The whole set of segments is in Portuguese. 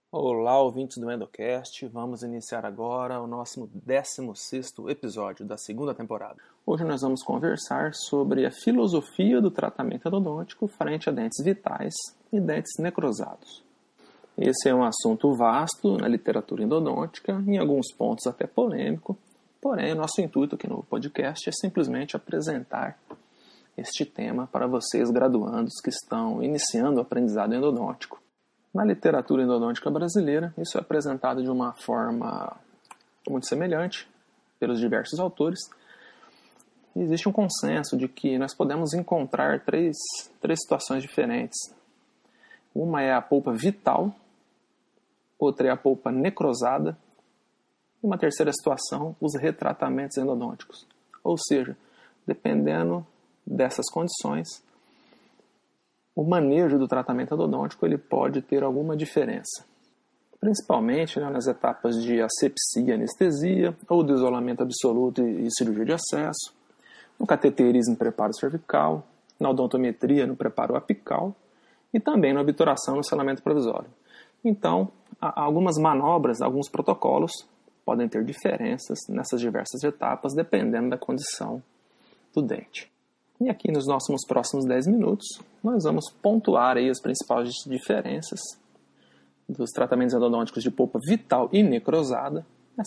Olá, ouvintes do Endocast. Vamos iniciar agora o nosso 16º episódio da segunda temporada. Hoje nós vamos conversar sobre a filosofia do tratamento endodôntico frente a dentes vitais e dentes necrosados. Esse é um assunto vasto na literatura endodôntica, em alguns pontos até polêmico, porém o nosso intuito aqui no podcast é simplesmente apresentar este tema para vocês graduandos que estão iniciando o aprendizado endodôntico. Na literatura endodôntica brasileira, isso é apresentado de uma forma muito semelhante pelos diversos autores. E existe um consenso de que nós podemos encontrar três situações diferentes. Uma é a polpa vital, outra é a polpa necrosada, e uma terceira situação, os retratamentos endodônticos. Ou seja, dependendo dessas condições, o manejo do tratamento endodôntico ele pode ter alguma diferença. Principalmente nas etapas de asepsia e anestesia, ou do isolamento absoluto e cirurgia de acesso, no cateterismo e preparo cervical, na odontometria no preparo apical e também na obturação no selamento provisório. Então, algumas manobras, alguns protocolos podem ter diferenças nessas diversas etapas, dependendo da condição do dente. E aqui nos nossos próximos 10 minutos, nós vamos pontuar aí as principais diferenças dos tratamentos endodônticos de polpa vital e necrosada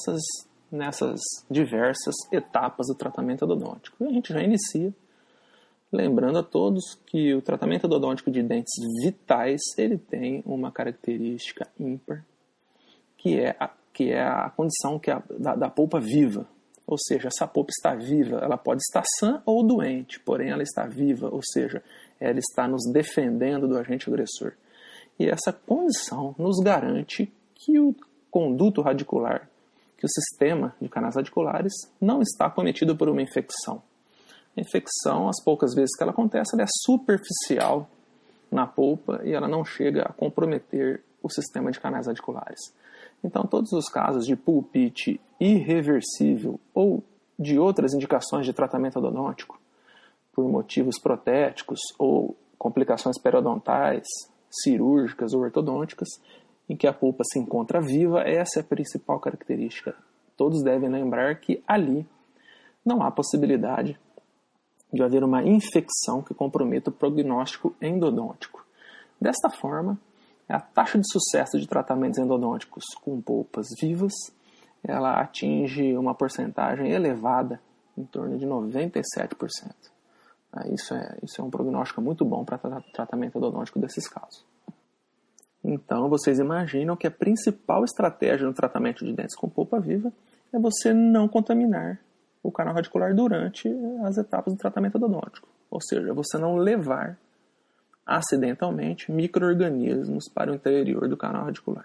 nessas diversas etapas do tratamento endodôntico. E a gente já inicia lembrando a todos que o tratamento endodôntico de dentes vitais ele tem uma característica ímpar, que é a condição da polpa viva. Ou seja, essa polpa está viva, ela pode estar sã ou doente, porém ela está viva, ou seja, ela está nos defendendo do agente agressor. E essa condição nos garante que o conduto radicular, que o sistema de canais radiculares não está cometido por uma infecção. A infecção, as poucas vezes que ela acontece, ela é superficial na polpa e ela não chega a comprometer o sistema de canais radiculares. Então, todos os casos de pulpite irreversível ou de outras indicações de tratamento endodôntico, por motivos protéticos ou complicações periodontais, cirúrgicas ou ortodônticas, em que a polpa se encontra viva, essa é a principal característica. Todos devem lembrar que ali não há possibilidade de haver uma infecção que comprometa o prognóstico endodôntico. Desta forma, a taxa de sucesso de tratamentos endodônticos com polpas vivas, ela atinge uma porcentagem elevada, em torno de 97%. Isso é um prognóstico muito bom para tratamento endodôntico desses casos. Então, vocês imaginam que a principal estratégia no tratamento de dentes com polpa viva é você não contaminar o canal radicular durante as etapas do tratamento endodôntico. Ou seja, você não levar acidentalmente micro-organismos para o interior do canal radicular.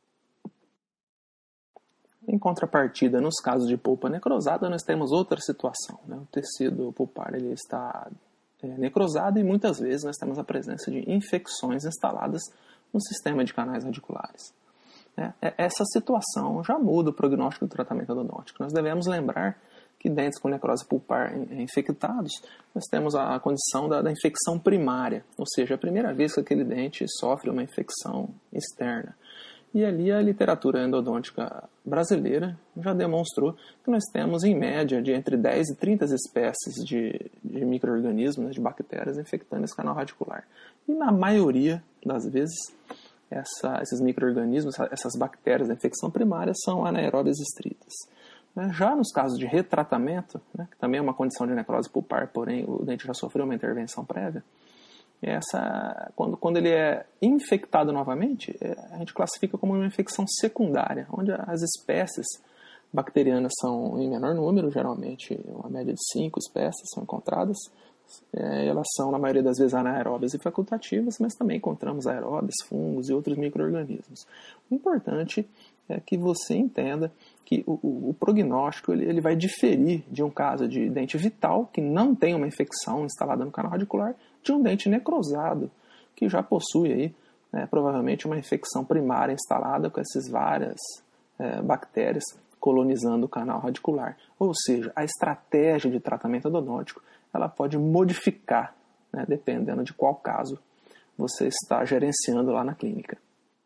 Em contrapartida, nos casos de polpa necrosada, nós temos outra situação. O tecido pulpar ele está necrosado e muitas vezes nós temos a presença de infecções instaladas no sistema de canais radiculares. Essa situação já muda o prognóstico do tratamento endodôntico. Nós devemos lembrar que dentes com necrose pulpar infectados, nós temos a condição da infecção primária, ou seja, a primeira vez que aquele dente sofre uma infecção externa. E ali a literatura endodôntica brasileira já demonstrou que nós temos, em média, de entre 10 e 30 espécies de micro-organismos, de bactérias, infectando esse canal radicular. E na maioria das vezes, esses micro-organismos, essas bactérias da infecção primária, são anaeróbias estritas. Já nos casos de retratamento, que também é uma condição de necrose pulpar, porém o dente já sofreu uma intervenção prévia, quando ele é infectado novamente, a gente classifica como uma infecção secundária, onde as espécies bacterianas são em menor número, geralmente uma média de 5 espécies são encontradas. Elas são, na maioria das vezes, anaeróbias e facultativas, mas também encontramos aeróbios, fungos e outros micro-organismos. O importante é que você entenda que o prognóstico ele vai diferir de um caso de dente vital, que não tem uma infecção instalada no canal radicular, de um dente necrosado, que já possui aí, provavelmente uma infecção primária instalada com essas várias bactérias colonizando o canal radicular. Ou seja, a estratégia de tratamento endodôntico ela pode modificar, dependendo de qual caso você está gerenciando lá na clínica.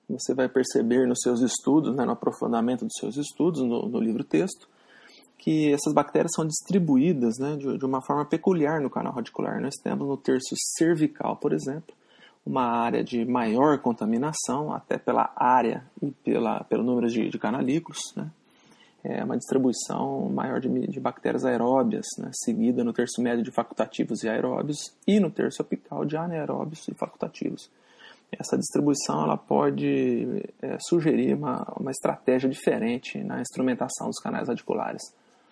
você vai perceber nos seus estudos, né, no aprofundamento dos seus estudos, no livro-texto, que essas bactérias são distribuídas, né, de uma forma peculiar no canal radicular. Nós temos no terço cervical, por exemplo, uma área de maior contaminação, até pela área e pelo número de canalículos, né? É uma distribuição maior de bactérias aeróbias, né? Seguida no terço médio de facultativos e aeróbios e no terço apical de anaeróbios e facultativos. Essa distribuição ela pode sugerir uma estratégia diferente na instrumentação dos canais radiculares.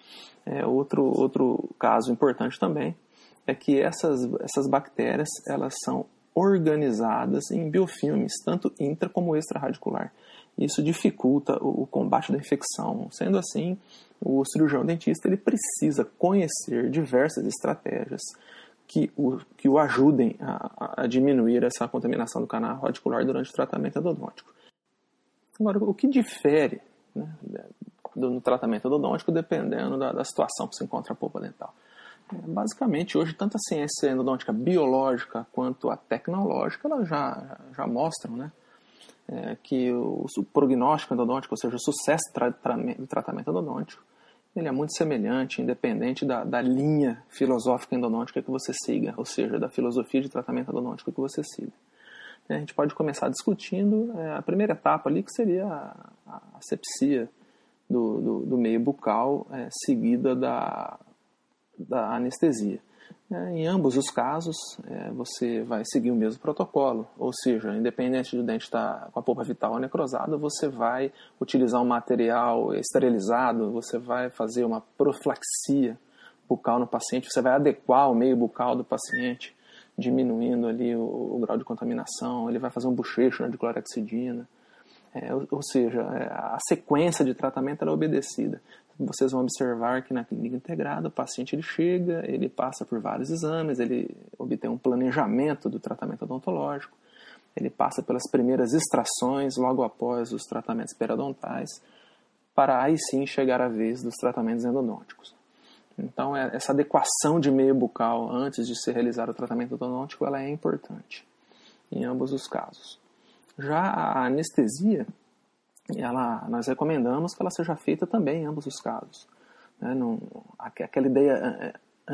Outro caso importante também é que essas bactérias elas são organizadas em biofilmes, tanto intra como extraradicular. Isso dificulta o combate da infecção. Sendo assim, o cirurgião dentista ele precisa conhecer diversas estratégias que o ajudem a diminuir essa contaminação do canal radicular durante o tratamento endodôntico. Agora, o que difere, né, no tratamento endodôntico dependendo da situação que se encontra a polpa dental? Basicamente, hoje, tanto a ciência endodôntica biológica quanto a tecnológica, elas já mostram, né, que o prognóstico endodôntico, ou seja, o sucesso do tratamento endodôntico, ele é muito semelhante, independente da linha filosófica endodôntica que você siga, ou seja, da filosofia de tratamento endodôntico que você siga. A gente pode começar discutindo a primeira etapa ali, que seria a asepsia do meio bucal, seguida da anestesia. Em ambos os casos, você vai seguir o mesmo protocolo, ou seja, independente do dente estar com a polpa vital necrosada, você vai utilizar um material esterilizado, você vai fazer uma profilaxia bucal no paciente, você vai adequar o meio bucal do paciente, diminuindo ali o grau de contaminação, ele vai fazer um bochecho, né, de clorexidina, ou seja, a sequência de tratamento é obedecida. Vocês vão observar que na clínica integrada o paciente ele chega, ele passa por vários exames, ele obtém um planejamento do tratamento odontológico, ele passa pelas primeiras extrações logo após os tratamentos periodontais, para aí sim chegar a vez dos tratamentos endodônticos. Então essa adequação de meio bucal antes de se realizar o tratamento endodôntico ela é importante em ambos os casos. Já a anestesia, nós recomendamos que ela seja feita também em ambos os casos. Né? Aquela ideia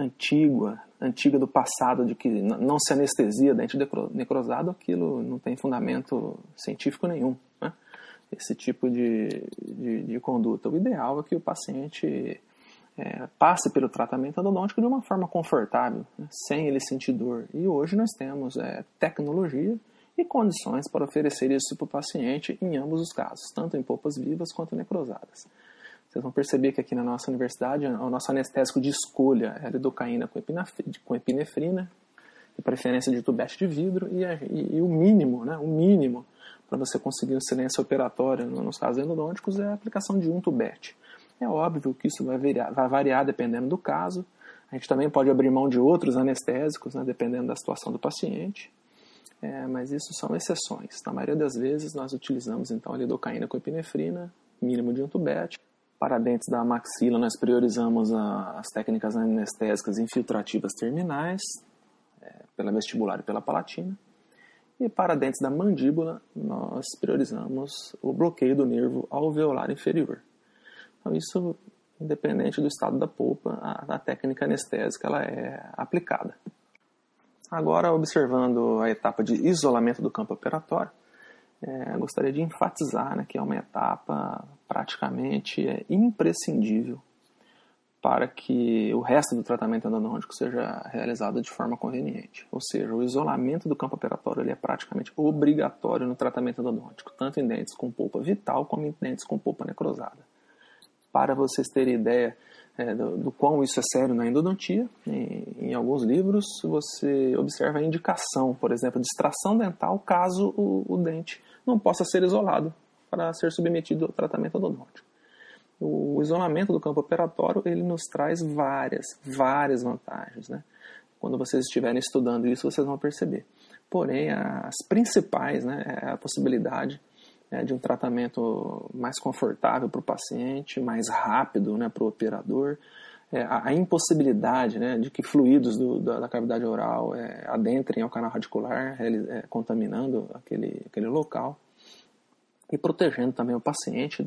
antiga do passado de que não se anestesia dente necrosado, aquilo não tem fundamento científico nenhum. Né? Esse tipo de conduta. O ideal é que o paciente passe pelo tratamento endodôntico de uma forma confortável, né? Sem ele sentir dor. E hoje nós temos tecnologia e condições para oferecer isso para o paciente em ambos os casos, tanto em polpas vivas quanto necrosadas. Vocês vão perceber que aqui na nossa universidade, o nosso anestésico de escolha é a lidocaína com epinefrina, de preferência de tubete de vidro, e o mínimo, né, para você conseguir um silêncio operatório nos casos endodônticos é a aplicação de um tubete. É óbvio que isso vai variar dependendo do caso. A gente também pode abrir mão de outros anestésicos, né, dependendo da situação do paciente. Mas isso são exceções. Na maioria das vezes nós utilizamos então a lidocaína com epinefrina, mínimo de um tubete. Para dentes da maxila nós priorizamos as técnicas anestésicas infiltrativas terminais, pela vestibular e pela palatina. E para dentes da mandíbula nós priorizamos o bloqueio do nervo alveolar inferior. Então isso, independente do estado da polpa, a técnica anestésica ela é aplicada. Agora, observando a etapa de isolamento do campo operatório, gostaria de enfatizar, né, que é uma etapa praticamente imprescindível para que o resto do tratamento endodôntico seja realizado de forma conveniente. Ou seja, o isolamento do campo operatório ele é praticamente obrigatório no tratamento endodôntico, tanto em dentes com polpa vital como em dentes com polpa necrosada. Para vocês terem ideia do quão isso é sério na endodontia, em alguns livros você observa a indicação, por exemplo, de extração dental caso o dente não possa ser isolado para ser submetido ao tratamento odontológico. O isolamento do campo operatório ele nos traz várias vantagens, né? Quando vocês estiverem estudando isso, vocês vão perceber. Porém, as principais, né, é a possibilidade de um tratamento mais confortável para o paciente, mais rápido, né, para o operador, a impossibilidade, né, de que fluidos da cavidade oral adentrem ao canal radicular, contaminando aquele local. e protegendo também o paciente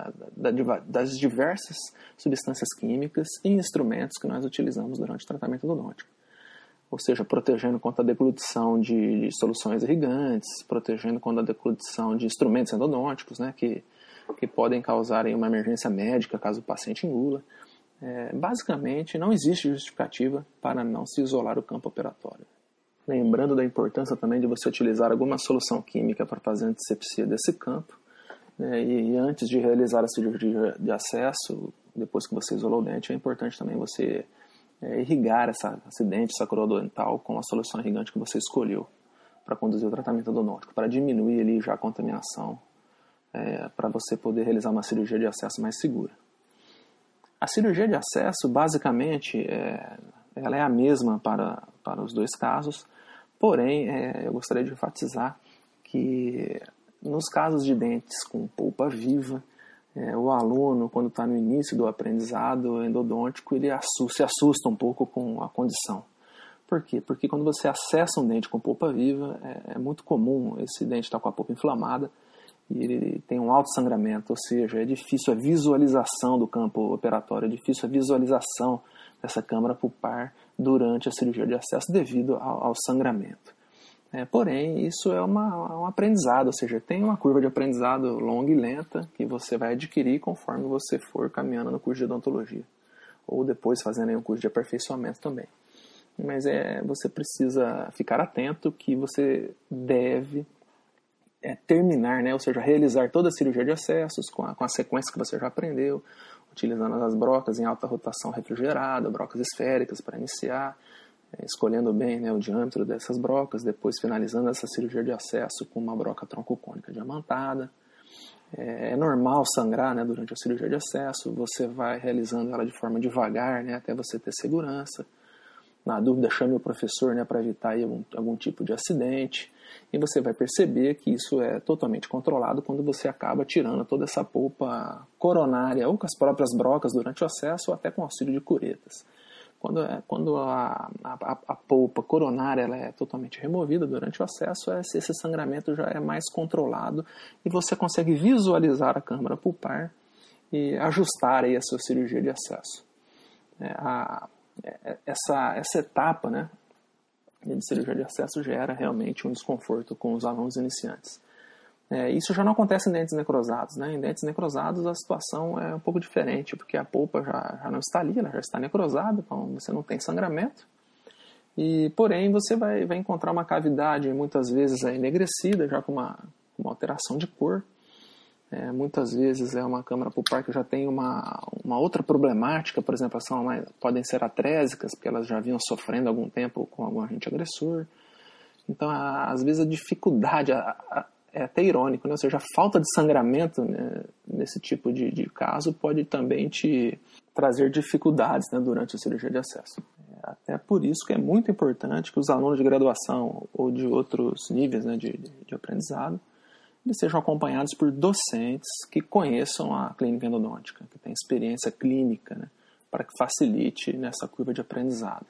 das diversas substâncias químicas e instrumentos que nós utilizamos durante o tratamento endodôntico. Ou seja, protegendo contra a deglutição de soluções irrigantes, protegendo contra a deglutição de instrumentos endodônticos, né, que podem causar aí uma emergência médica caso o paciente engula. Basicamente, não existe justificativa para não se isolar o campo operatório. Lembrando da importância também de você utilizar alguma solução química para fazer a antisepsia desse campo, né, e antes de realizar a cirurgia de acesso, depois que você isolou o dente, é importante também você irrigar esse dente, essa coroa dental com a solução irrigante que você escolheu para conduzir o tratamento endodôntico, para diminuir ali já a contaminação, para você poder realizar uma cirurgia de acesso mais segura. A cirurgia de acesso, basicamente, ela é a mesma para os dois casos, porém, eu gostaria de enfatizar que nos casos de dentes com polpa viva, o aluno, quando está no início do aprendizado endodôntico, ele se assusta um pouco com a condição. Por quê? Porque quando você acessa um dente com polpa viva, é muito comum esse dente estar com a polpa inflamada e ele tem um alto sangramento, ou seja, é difícil a visualização do campo operatório, é difícil a visualização dessa câmara pulpar durante a cirurgia de acesso devido ao sangramento. Porém, isso é um aprendizado, ou seja, tem uma curva de aprendizado longa e lenta que você vai adquirir conforme você for caminhando no curso de odontologia, ou depois fazendo aí um curso de aperfeiçoamento também. Mas você precisa ficar atento que você deve terminar, né, ou seja, realizar toda a cirurgia de acessos com a sequência que você já aprendeu, utilizando as brocas em alta rotação refrigerada, brocas esféricas para iniciar, escolhendo bem, né, o diâmetro dessas brocas, depois finalizando essa cirurgia de acesso com uma broca troncocônica diamantada. É normal sangrar, né, durante a cirurgia de acesso, você vai realizando ela de forma devagar, né, até você ter segurança. Na dúvida, chame o professor, né, para evitar aí algum tipo de acidente. E você vai perceber que isso é totalmente controlado quando você acaba tirando toda essa polpa coronária, ou com as próprias brocas durante o acesso, ou até com auxílio de curetas. Quando a polpa coronária ela é totalmente removida durante o acesso, esse sangramento já é mais controlado e você consegue visualizar a câmara pulpar e ajustar aí a sua cirurgia de acesso. Essa etapa, né, de cirurgia de acesso gera realmente um desconforto com os alunos iniciantes. Isso já não acontece em dentes necrosados, né? Em dentes necrosados a situação é um pouco diferente, porque a polpa já não está ali, ela já está necrosada, então você não tem sangramento. Porém, você vai encontrar uma cavidade muitas vezes enegrecida, já com uma alteração de cor. Muitas vezes é uma câmara pulpar que já tem uma outra problemática, por exemplo, podem ser atrésicas, porque elas já vinham sofrendo há algum tempo com algum agente agressor. Então, às vezes a dificuldade é até irônico, né? Ou seja, a falta de sangramento, né, nesse tipo de caso pode também te trazer dificuldades, né, durante a cirurgia de acesso. Até por isso que é muito importante que os alunos de graduação ou de outros níveis, né, de aprendizado, eles sejam acompanhados por docentes que conheçam a clínica endodôntica, que tenham experiência clínica, né, para que facilite nessa curva de aprendizado.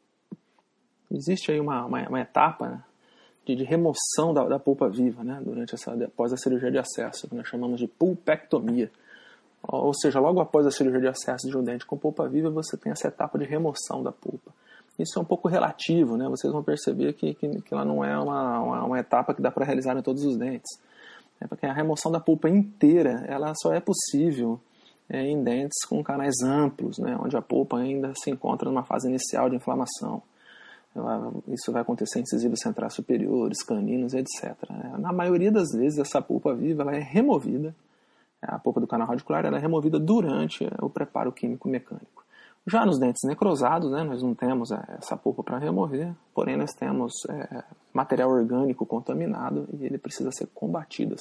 Existe aí uma etapa, né, de remoção da polpa viva, né, após a cirurgia de acesso, que nós chamamos de pulpectomia. Ou seja, logo após a cirurgia de acesso de um dente com polpa viva, você tem essa etapa de remoção da polpa. Isso é um pouco relativo, né? Vocês vão perceber que ela não é uma etapa que dá para realizar em todos os dentes. Porque a remoção da polpa inteira ela só é possível em dentes com canais amplos, né, onde a polpa ainda se encontra numa fase inicial de inflamação. Isso vai acontecer em incisivos centrais superiores, caninos, etc. Na maioria das vezes, essa polpa viva ela é removida, a polpa do canal radicular ela é removida durante o preparo químico-mecânico. Já nos dentes necrosados, né, nós não temos essa polpa para remover, porém nós temos material orgânico contaminado e ele precisa ser combatido.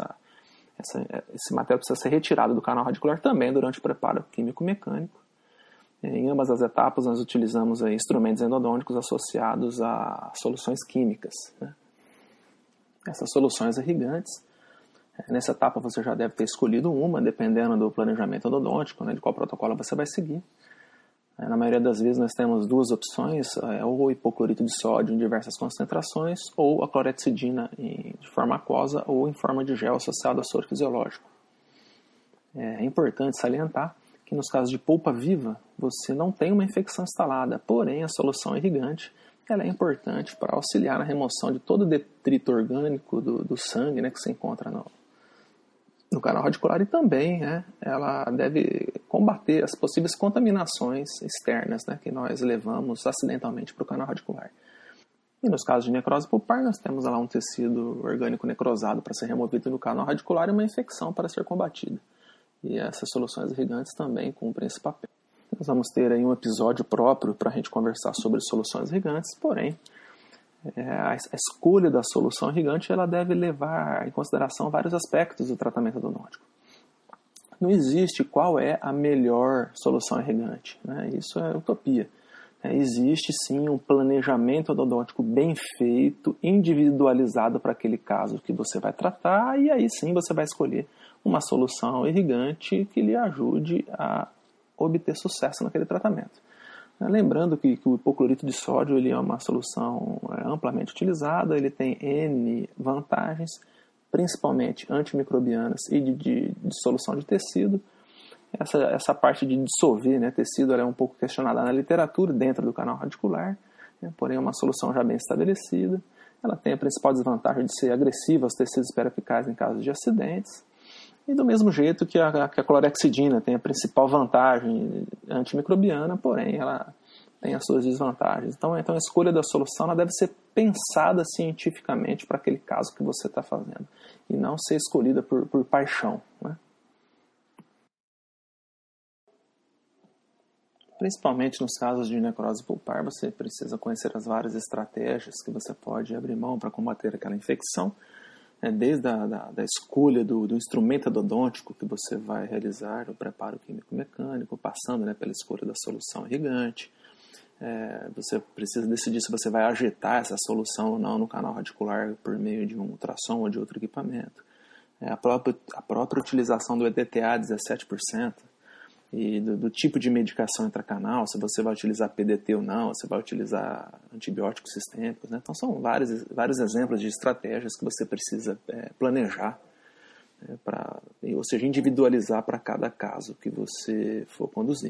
Esse material precisa ser retirado do canal radicular também durante o preparo químico-mecânico. Em ambas as etapas, nós utilizamos instrumentos endodônticos associados a soluções químicas, né? Essas soluções irrigantes, nessa etapa você já deve ter escolhido uma, dependendo do planejamento endodôntico, né, de qual protocolo você vai seguir. Na maioria das vezes nós temos duas opções, ou o hipoclorito de sódio em diversas concentrações, ou a clorexidina de forma aquosa ou em forma de gel associado a soro fisiológico. É importante salientar que nos casos de polpa viva, você não tem uma infecção instalada, porém a solução irrigante ela é importante para auxiliar na remoção de todo o detrito orgânico do sangue, né, que se encontra no canal radicular, e também ela deve combater as possíveis contaminações externas, né, que nós levamos acidentalmente para o canal radicular. E nos casos de necrose pulpar, nós temos lá um tecido orgânico necrosado para ser removido no canal radicular e uma infecção para ser combatida. E essas soluções irrigantes também cumprem esse papel. Nós vamos ter aí um episódio próprio para a gente conversar sobre soluções irrigantes, porém, a escolha da solução irrigante ela deve levar em consideração vários aspectos do tratamento endodôntico. Não existe qual é a melhor solução irrigante, né? Isso é utopia. Existe sim um planejamento endodôntico bem feito, individualizado para aquele caso que você vai tratar, e aí sim você vai escolher uma solução irrigante que lhe ajude a obter sucesso naquele tratamento. Lembrando que o hipoclorito de sódio ele é uma solução amplamente utilizada, ele tem N vantagens, principalmente antimicrobianas e de dissolução de tecido. Essa parte de dissolver, né, tecido ela é um pouco questionada na literatura, dentro do canal radicular, porém é uma solução já bem estabelecida. Ela tem a principal desvantagem de ser agressiva aos tecidos periapicais em caso de acidentes. E do mesmo jeito que a clorexidina tem a principal vantagem antimicrobiana, porém ela tem as suas desvantagens. Então a escolha da solução ela deve ser pensada cientificamente para aquele caso que você está fazendo, e não ser escolhida por paixão, né? Principalmente nos casos de necrose pulpar, você precisa conhecer as várias estratégias que você pode abrir mão para combater aquela infecção, desde a escolha do instrumento endodôntico que você vai realizar, o preparo químico-mecânico, passando, né, pela escolha da solução irrigante. Você precisa decidir se você vai agitar essa solução ou não no canal radicular por meio de um ultrassom ou de outro equipamento. A própria utilização do EDTA 17%, e do tipo de medicação intracanal, se você vai utilizar PDT ou não, se vai utilizar antibióticos sistêmicos, né? Então são vários exemplos de estratégias que você precisa planejar, ou seja, individualizar para cada caso que você for conduzir.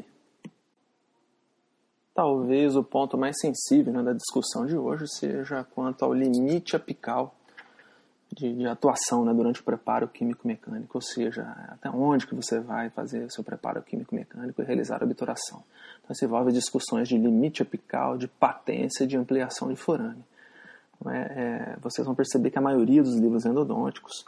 Talvez o ponto mais sensível, né, da discussão de hoje seja quanto ao limite apical de atuação, né, durante o preparo químico-mecânico, ou seja, até onde que você vai fazer o seu preparo químico-mecânico e realizar a obturação. Então isso envolve discussões de limite apical, de patência, de ampliação de forame. Vocês vão perceber que a maioria dos livros endodônticos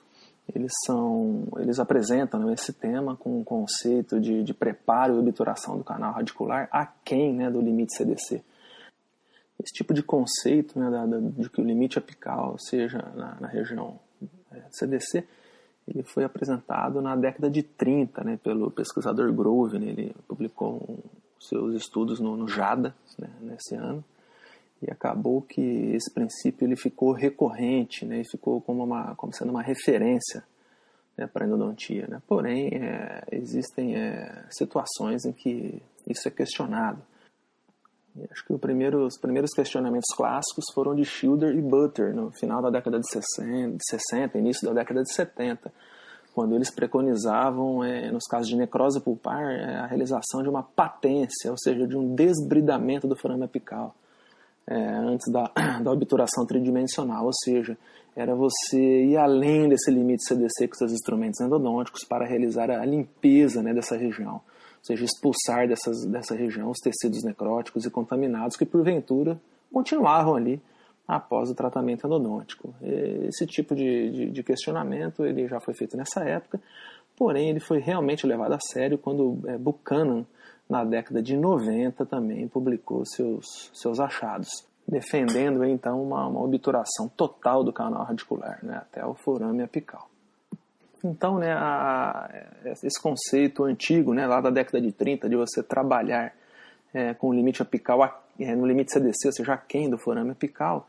eles apresentam, né, esse tema com um conceito de preparo e obturação do canal radicular aquém, né, do limite CDC. Esse tipo de conceito, né, de que o limite apical seja na região CDC, ele foi apresentado na década de 30, né, pelo pesquisador Grove, né, ele publicou seus estudos no JADA, né, nesse ano, e acabou que esse princípio ele ficou recorrente, né, e ficou como sendo uma referência, né, para a endodontia, né. Porém, existem situações em que isso é questionado. Acho que os primeiros questionamentos clássicos foram de Schilder e Butter, no final da década de 60, início da década de 70, quando eles preconizavam, nos casos de necrose pulpar, a realização de uma patência, ou seja, de um desbridamento do forame apical, antes da obturação tridimensional, ou seja, era você ir além desse limite CDC com seus instrumentos endodônticos para realizar a limpeza, né, dessa região. Ou seja, expulsar dessa região os tecidos necróticos e contaminados que, porventura, continuavam ali após o tratamento endodôntico. Esse tipo de questionamento ele já foi feito nessa época, porém ele foi realmente levado a sério quando Buchanan, na década de 90, também publicou seus achados, defendendo então uma obturação total do canal radicular, né, até o forame apical. Então, né, esse conceito antigo, né, lá da década de 30, de você trabalhar com o limite apical no limite CDC, ou seja, aquém do forame apical,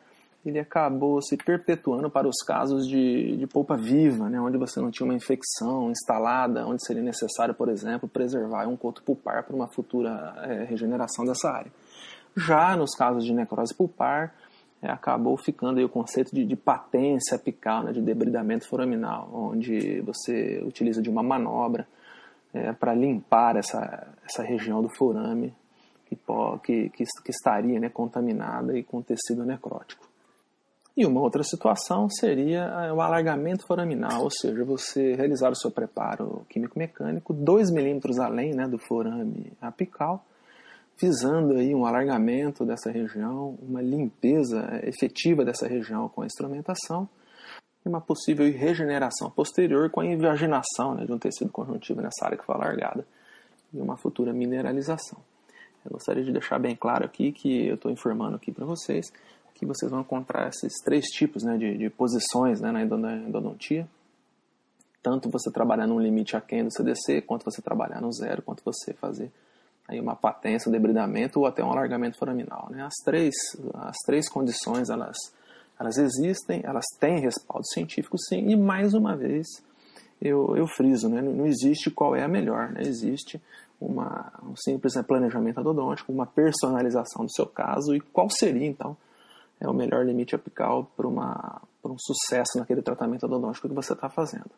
ele acabou se perpetuando para os casos de polpa viva, né, onde você não tinha uma infecção instalada, onde seria necessário, por exemplo, preservar um coto pulpar para uma futura regeneração dessa área. Já nos casos de necrose pulpar, acabou ficando aí o conceito de patência apical, né, de debridamento foraminal, onde você utiliza de uma manobra para limpar essa região do forame que estaria, né, contaminada e com tecido necrótico. E uma outra situação seria o alargamento foraminal, ou seja, você realizar o seu preparo químico-mecânico 2 milímetros além, né, do forame apical, visando aí um alargamento dessa região, uma limpeza efetiva dessa região com a instrumentação e uma possível regeneração posterior com a invaginação, né, de um tecido conjuntivo nessa área que foi alargada e uma futura mineralização. Eu gostaria de deixar bem claro aqui que eu estou informando aqui para vocês que vocês vão encontrar esses 3 tipos, né, de posições, né, na endodontia. Tanto você trabalhar num limite aquém do CDC, quanto você trabalhar no zero, quanto você fazer aí uma patência, debridamento ou até um alargamento foraminal, né? As três condições, elas existem, elas têm respaldo científico sim, e mais uma vez eu friso, né? Não existe qual é a melhor, né? Existe um simples planejamento odontológico, uma personalização do seu caso e qual seria então o melhor limite apical para um sucesso naquele tratamento odontológico que você está fazendo.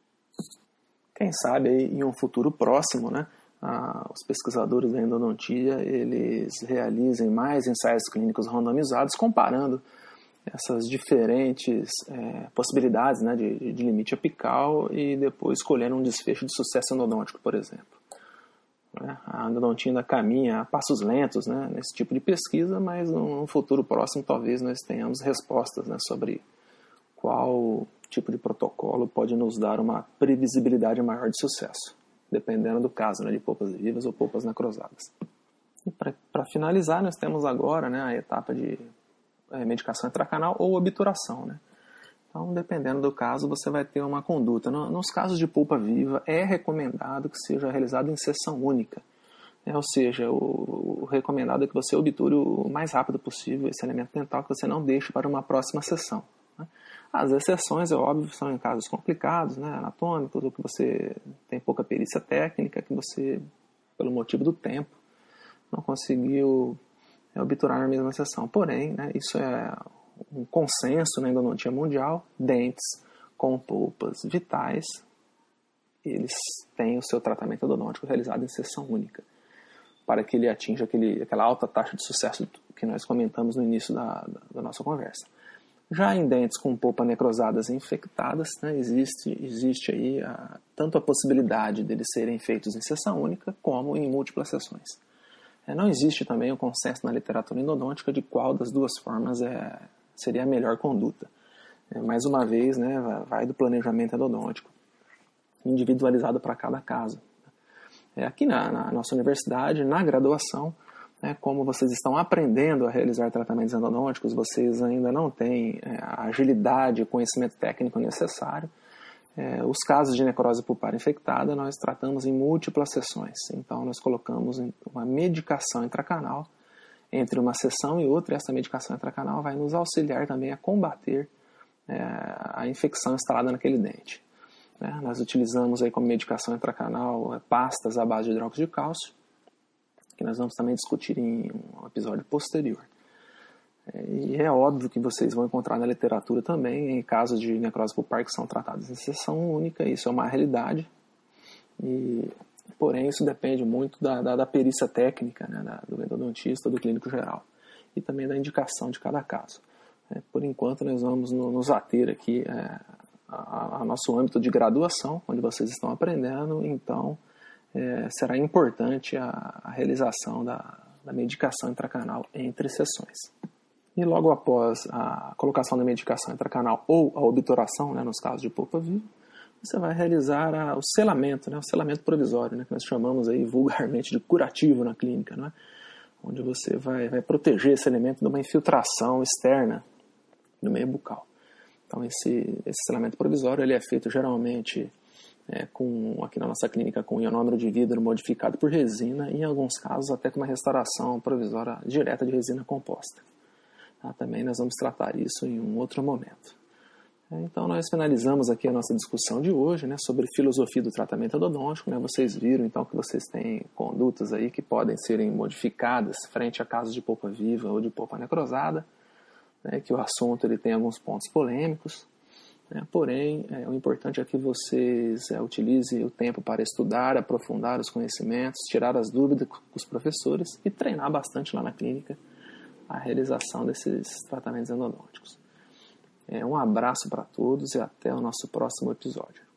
Quem sabe aí, em um futuro próximo, né, os pesquisadores da endodontia eles realizem mais ensaios clínicos randomizados comparando essas diferentes possibilidades, né, de limite apical e depois escolhendo um desfecho de sucesso endodôntico, por exemplo. A endodontia ainda caminha a passos lentos, né, nesse tipo de pesquisa, mas num futuro próximo talvez nós tenhamos respostas, né, sobre qual tipo de protocolo pode nos dar uma previsibilidade maior de sucesso, dependendo do caso, né, de polpas vivas ou polpas necrosadas. E para finalizar, nós temos agora, né, a etapa de medicação intracanal ou obturação, né? Então, dependendo do caso, você vai ter uma conduta. Nos casos de polpa viva, é recomendado que seja realizado em sessão única. Ou seja, o recomendado é que você obture o mais rápido possível esse elemento dental, que você não deixe para uma próxima sessão. As exceções, é óbvio, são em casos complicados, né, anatômicos, ou que você tem pouca perícia técnica, que você, pelo motivo do tempo, não conseguiu obturar na mesma sessão. Porém, né, isso é um consenso na endodontia mundial, dentes com polpas vitais, eles têm o seu tratamento endodôntico realizado em sessão única, para que ele atinja aquela alta taxa de sucesso que nós comentamos no início da nossa conversa. Já em dentes com polpa necrosadas e infectadas, né, existe aí tanto a possibilidade deles serem feitos em sessão única, como em múltiplas sessões. Não existe também um consenso na literatura endodôntica de qual das duas formas seria a melhor conduta. Mais uma vez, né, vai do planejamento endodôntico, individualizado para cada caso. Aqui na nossa universidade, na graduação, como vocês estão aprendendo a realizar tratamentos endodônticos, vocês ainda não têm a agilidade e conhecimento técnico necessário. Os casos de necrose pulpar infectada nós tratamos em múltiplas sessões. Então nós colocamos uma medicação intracanal entre uma sessão e outra, e essa medicação intracanal vai nos auxiliar também a combater a infecção instalada naquele dente. Nós utilizamos aí como medicação intracanal pastas à base de hidróxido de cálcio, que nós vamos também discutir em um episódio posterior. E é óbvio que vocês vão encontrar na literatura também, em casos de necrose pulpar que são tratados em sessão única, isso é uma realidade, porém isso depende muito da perícia técnica, né, do endodontista, do clínico geral, e também da indicação de cada caso. Por enquanto nós vamos nos ater aqui a nosso âmbito de graduação, onde vocês estão aprendendo, então será importante a realização da medicação intracanal entre sessões. E logo após a colocação da medicação intracanal ou a obturação, né, nos casos de polpa viva, você vai realizar o selamento, né, o selamento provisório, né, que nós chamamos aí vulgarmente de curativo na clínica, né, onde você vai proteger esse elemento de uma infiltração externa no meio bucal. Então esse selamento provisório ele é feito geralmente aqui na nossa clínica com ionômero de vidro modificado por resina e em alguns casos até com uma restauração provisória direta de resina composta. Também nós vamos tratar isso em um outro momento. Então nós finalizamos aqui a nossa discussão de hoje, né, sobre filosofia do tratamento endodôntico. Né? Vocês viram então que vocês têm condutas aí que podem serem modificadas frente a casos de polpa viva ou de polpa necrosada, né, que o assunto ele tem alguns pontos polêmicos, né? Porém, o importante é que vocês utilizem o tempo para estudar, aprofundar os conhecimentos, tirar as dúvidas com os professores e treinar bastante lá na clínica a realização desses tratamentos endodônticos. Um abraço para todos e até o nosso próximo episódio.